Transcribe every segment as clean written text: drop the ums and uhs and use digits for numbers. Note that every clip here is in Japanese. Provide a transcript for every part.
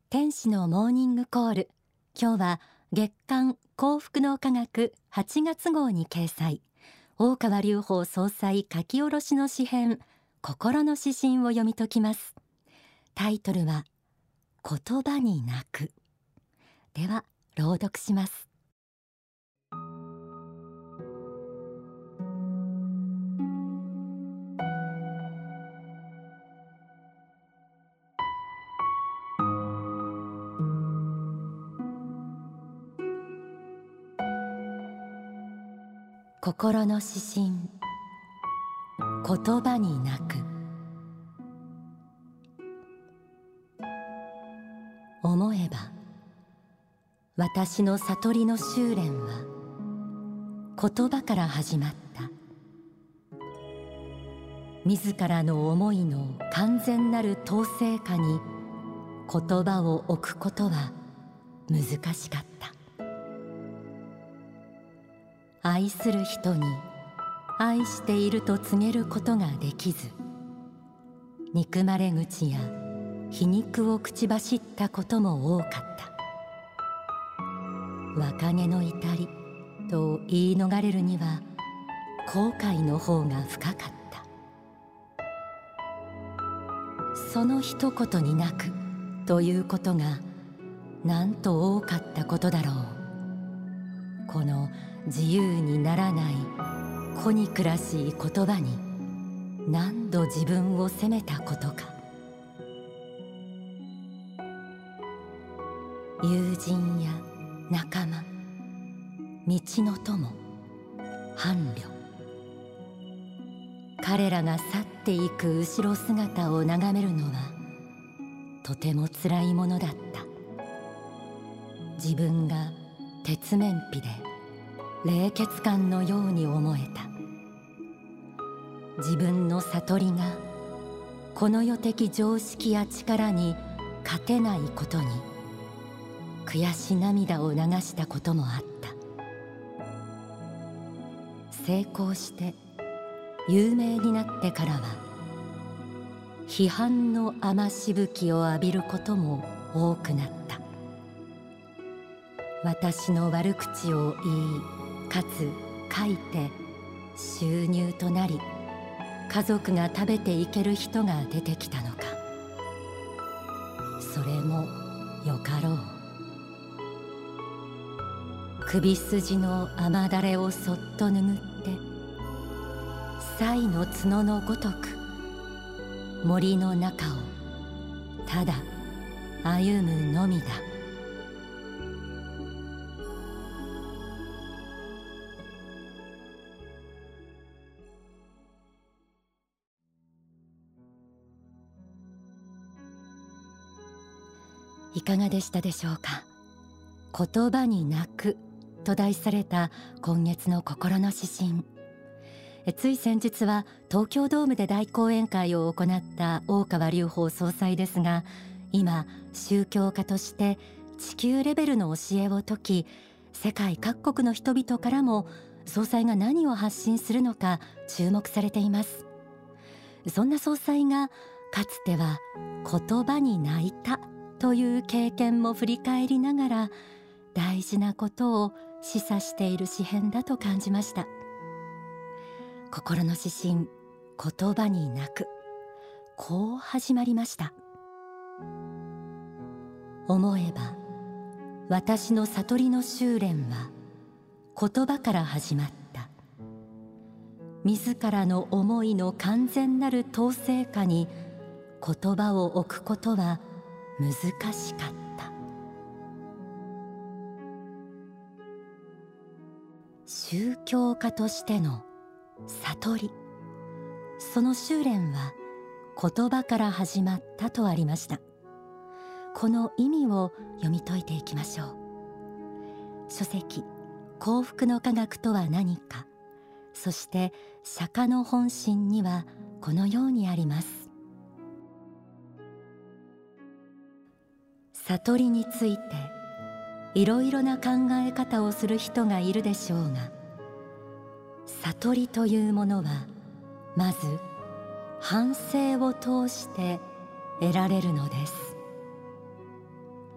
天使のモーニングコール。今日は月刊幸福の科学8月号に掲載、大川隆法総裁書き下ろしの詩編、心の指針を読み解きます。タイトルは言葉に泣く。では朗読します。心の指針、言葉に泣く。思えば私の悟りの修練は言葉から始まった。自らの思いの完全なる統制下に言葉を置くことは難しかった。愛する人に愛していると告げることができず、憎まれ口や皮肉を口走ったことも多かった。若気の至りと言い逃れるには後悔の方が深かった。その一言に泣くということがなんと多かったことだろう。この自由にならない子憎らしい言葉に何度自分を責めたことか。友人や仲間、道の友、伴侶、彼らが去っていく後ろ姿を眺めるのはとてもつらいものだった。自分が鉄面皮で冷血感のように思えた。自分の悟りがこの世的常識や力に勝てないことに悔し涙を流したこともあった。成功して有名になってからは批判の雨しぶきを浴びることも多くなった。私の悪口を言いかつ書いて収入となり、家族が食べていける人が出てきたのか。それもよかろう。首筋の雨だれをそっと拭って犀の角のごとく森の中をただ歩むのみだ。いかがでしたでしょうか。言葉に泣くと題された今月の心の指針。つい先日は東京ドームで大講演会を行った大川隆法総裁ですが、今宗教家として地球レベルの教えを説き、世界各国の人々からも総裁が何を発信するのか注目されています。そんな総裁がかつては言葉に泣いたという経験も振り返りながら大事なことを示唆している詩編だと感じました。心の指針、言葉に泣く。こう始まりました。思えば私の悟りの修練は言葉から始まった。自らの思いの完全なる統制下に言葉を置くことは難しかった。宗教家としての悟り、その修練は言葉から始まったとありました。この意味を読み解いていきましょう。書籍幸福の科学とは何か、そして釈迦の本心にはこのようにあります。悟りについていろいろな考え方をする人がいるでしょうが、悟りというものはまず反省を通して得られるのです。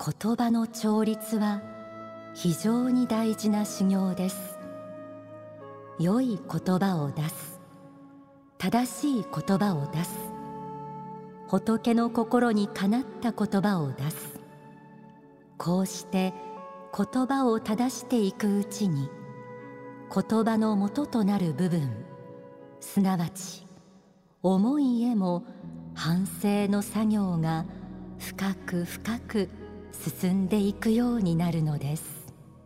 言葉の調律は非常に大事な修行です。良い言葉を出す、正しい言葉を出す、仏の心にかなった言葉を出す。こうして言葉を正していくうちに、言葉の元となる部分、すなわち思いへも反省の作業が深く深く進んでいくようになるのです。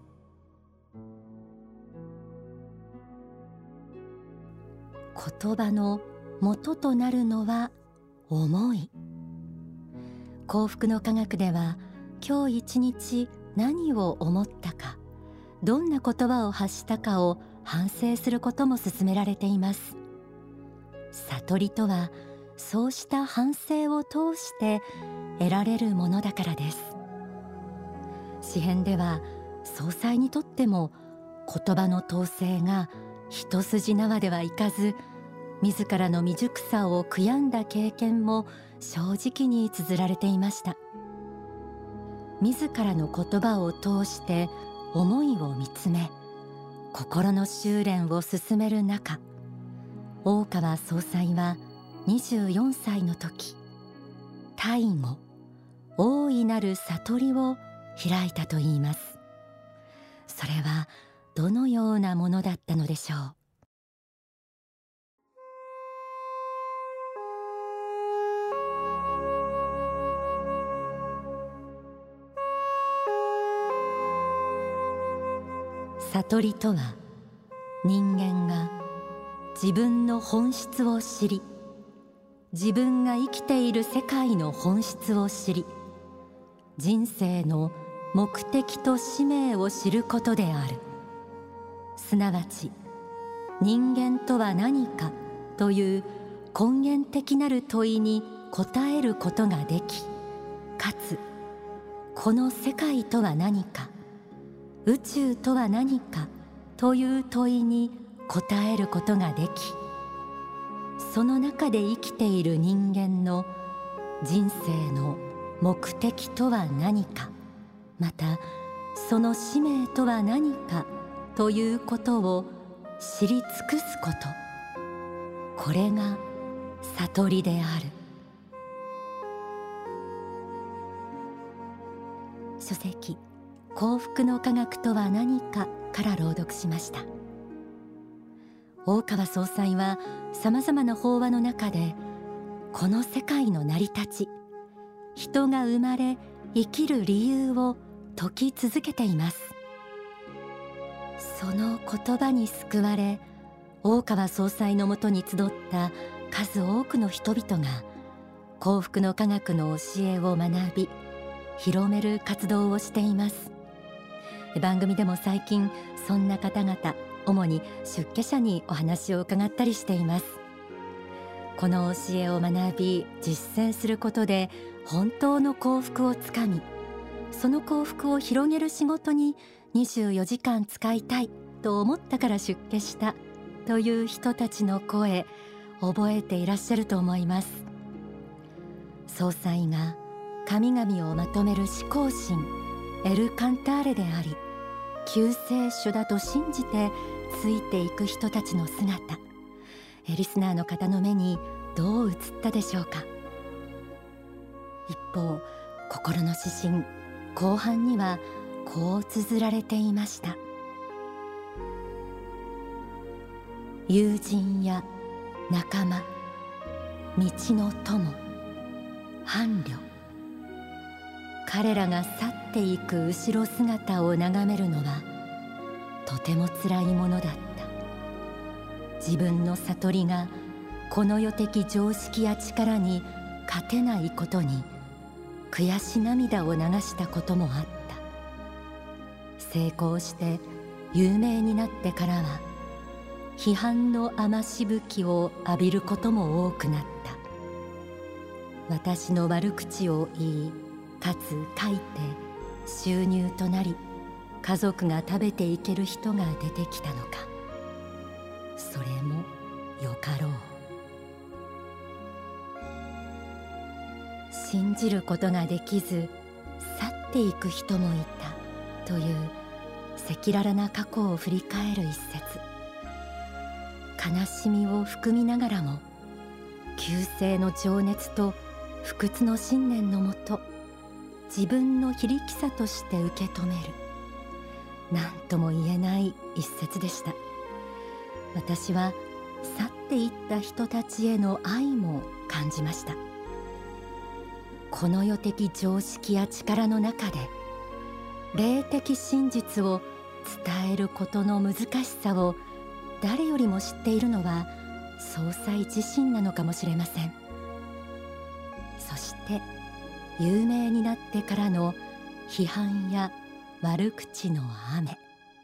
言葉の元となるのは思い。幸福の科学では、今日一日何を思ったか、どんな言葉を発したかを反省することも勧められています。悟りとは、そうした反省を通して得られるものだからです。詩編では、総裁にとっても言葉の統制が一筋縄ではいかず、自らの未熟さを悔やんだ経験も正直に綴られていました。自らの言葉を通して思いを見つめ、心の修練を進める中、大川総裁は24歳の時、大悟、大いなる悟りを開いたといいます。それはどのようなものだったのでしょう。悟りとは、人間が自分の本質を知り、自分が生きている世界の本質を知り、人生の目的と使命を知ることである。すなわち、人間とは何かという根源的なる問いに答えることができ、かつこの世界とは何か、宇宙とは何かという問いに答えることができ、その中で生きている人間の人生の目的とは何か、またその使命とは何かということを知り尽くすこと、これが悟りである。書籍幸福の科学とは何かから朗読しました。大川総裁はさまざまな法話の中で、この世界の成り立ち、人が生まれ生きる理由を説き続けています。その言葉に救われ、大川総裁のもとに集った数多くの人々が幸福の科学の教えを学び、広める活動をしています。番組でも最近、そんな方々、主に出家者にお話を伺ったりしています。この教えを学び実践することで、本当の幸福をつかみ、その幸福を広げる仕事に24時間使いたいと思ったから出家したという人たちの声、覚えていらっしゃると思います。総裁が神々をまとめる思考神エル・カンターレであり、救世主だと信じてついていく人たちの姿、リスナーの方の目にどう映ったでしょうか。一方、心の指針後半にはこう綴られていました。友人や仲間、道の友、伴侶、彼らが去っていく後ろ姿を眺めるのはとてもつらいものだった。自分の悟りがこの世的常識や力に勝てないことに悔し涙を流したこともあった。成功して有名になってからは批判の雨しぶきを浴びることも多くなった。私の悪口を言い、かつ書いて収入となり、家族が食べていける人が出てきたのか。それもよかろう。信じることができず去ってていく人もいたという赤裸々な過去を振り返る一節。悲しみを含みながらも旧姓の情熱と不屈の信念のもと、自分の非力さとして受け止める、何とも言えない一節でした。私は去っていった人たちへの愛も感じました。この世的常識や力の中で霊的真実を伝えることの難しさを誰よりも知っているのは総裁自身なのかもしれません。そして有名になってからの批判や悪口の雨。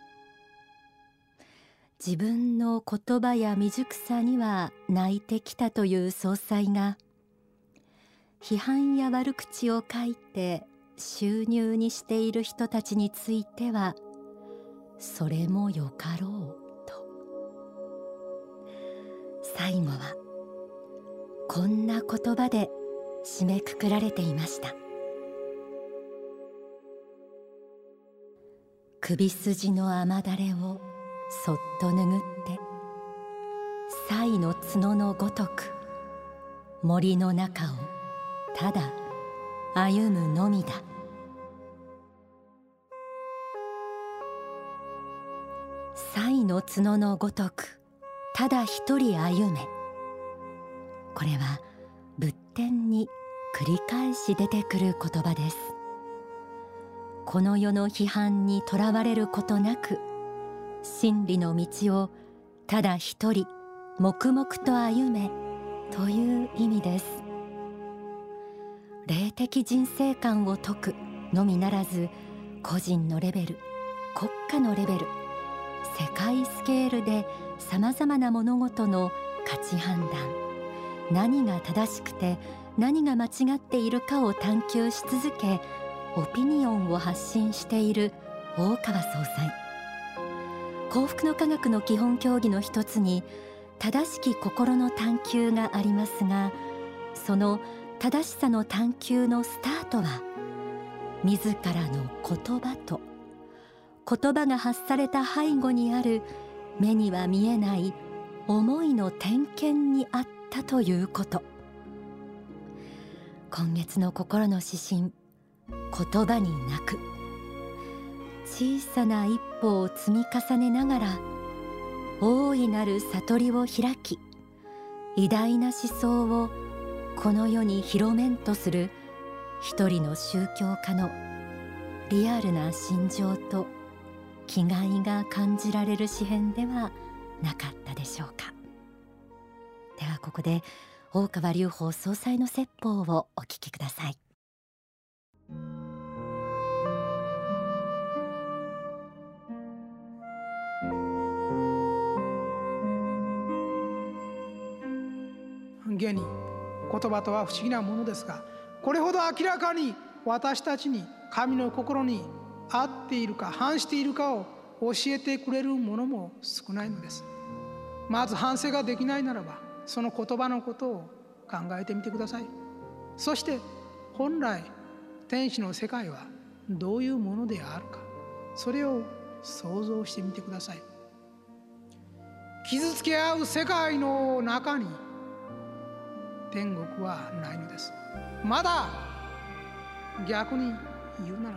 自分の言葉や未熟さには泣いてきたという総裁が、批判や悪口を書いて収入にしている人たちについてはそれもよかろうと。最後はこんな言葉で締めくくられていました。首筋の雨だれをそっと拭って犀の角のごとく森の中をただ歩むのみだ。犀の角のごとくただ一人歩め。これは仏典に繰り返し出てくる言葉です。この世の批判にとらわれることなく、真理の道をただ一人黙々と歩めという意味です。霊的人生観を説くのみならず、個人のレベル、国家のレベル、世界スケールでさまざまな物事の価値判断、何が正しくて何が間違っているかを探求し続け、オピニオンを発信している大川総裁。幸福の科学の基本教義の一つに正しき心の探求がありますが、その正しさの探求のスタートは自らの言葉と言葉が発された背後にある目には見えない思いの点検にあったということ。今月の心の指針、言葉に泣く。小さな一歩を積み重ねながら大いなる悟りを開き、偉大な思想をこの世に広めんとする一人の宗教家のリアルな心情と気概が感じられる詩編ではなかったでしょうか。ではここで大川隆法総裁の説法をお聞きください。 現に言葉とは不思議なものですが、これほど明らかに私たちに神の心に合っているか反しているかを教えてくれるものも少ないのです。まず反省ができないならば、その言葉のことを考えてみてください。そして本来天使の世界はどういうものであるか、それを想像してみてください。傷つけ合う世界の中に天国はないのです。まだ逆に言うなら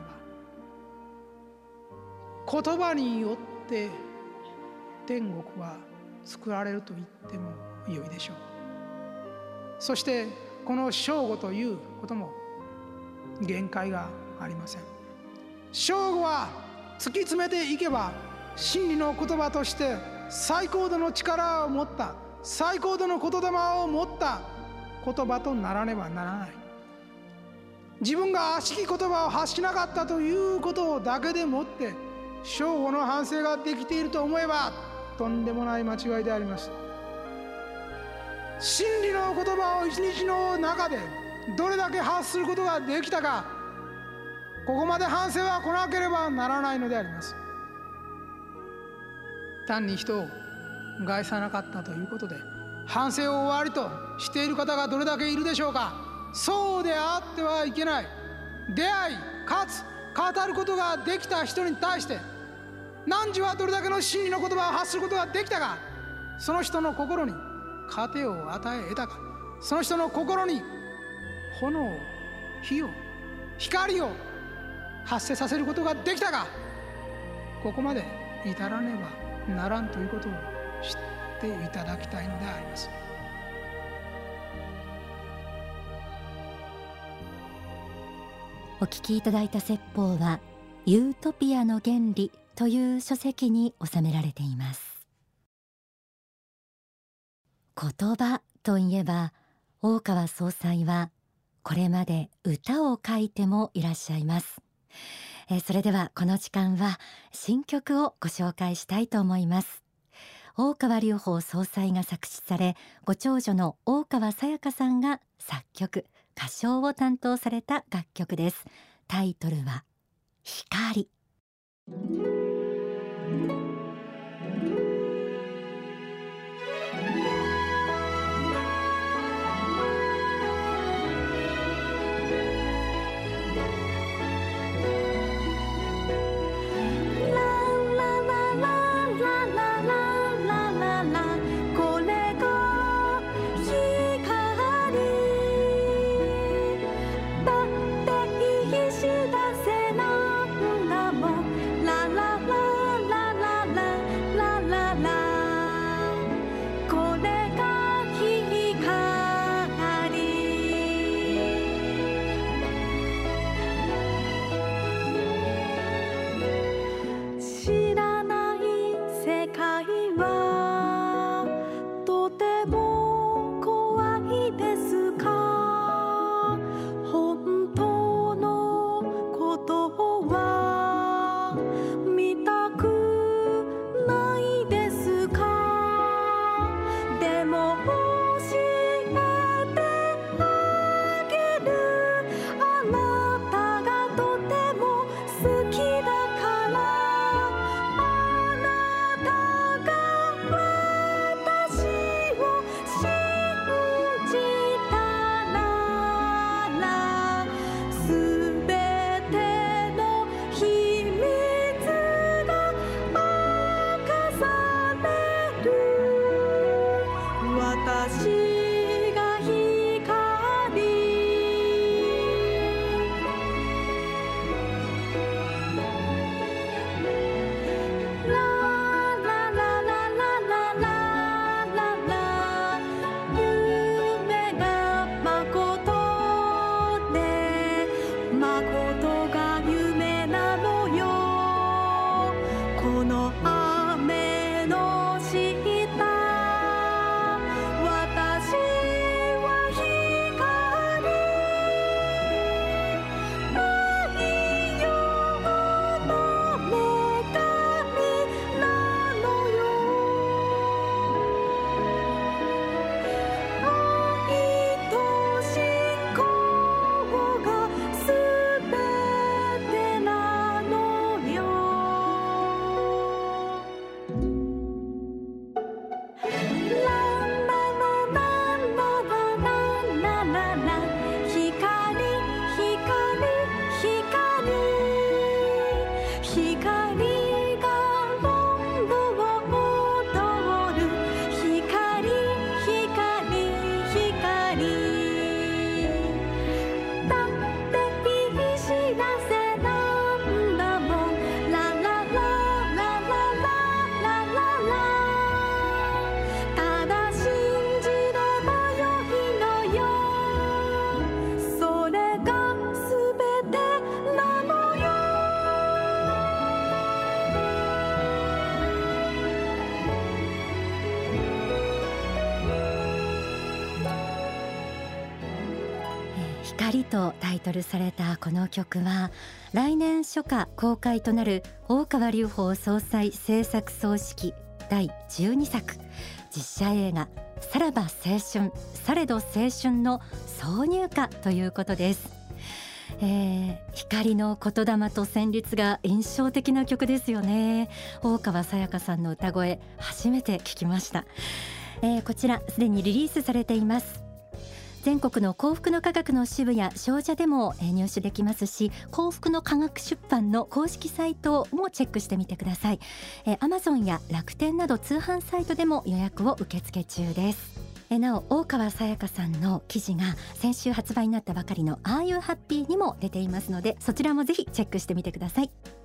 ば、言葉によって天国は作られると言っても良いでしょう。そしてこの正語ということも限界がありません。正語は突き詰めていけば真理の言葉として最高度の力を持った、最高度の言霊を持った言葉とならねばならない。自分が悪しき言葉を発しなかったということだけでもって正語の反省ができていると思えばとんでもない間違いであります。真理の言葉を一日の中でどれだけ発することができたか、ここまで反省は来なければならないのであります。単に人を害さなかったということで反省を終わりとしている方がどれだけいるでしょうか。そうであってはいけない。出会いかつ語ることができた人に対して、汝はどれだけの真理の言葉を発することができたか、その人の心に糧を与え得たか、その人の心に炎を、火を、光を発生させることができたか、ここまで至らねばならんということを知っていただきたいのであります。 お聞きいただいた説法はユートピアの原理という書籍に収められています。言葉といえば、大川総裁はこれまで歌を書いてもいらっしゃいます。それではこの時間は新曲をご紹介したいと思います。大川隆法総裁が作詞され、ご長女の大川さやかさんが作曲歌唱を担当された楽曲です。タイトルは光。光とタイトルされたこの曲は、来年初夏公開となる大川隆法総裁制作総指揮第12作実写映画さらば青春されど青春の挿入歌ということです。光の言霊と旋律が印象的な曲ですよね。大川さやかさんの歌声、初めて聞きました。こちらすでにリリースされています。 全国の幸福の科学の支部や商社でも入手できますし、幸福の科学出版の公式サイトもチェックしてみてください。Amazon や楽天など通販サイトでも予約を受付中です。なお大川さやかさんの記事が先週発売になったばかりの Are You Happy にも出ていますので、そちらもぜひチェックしてみてください。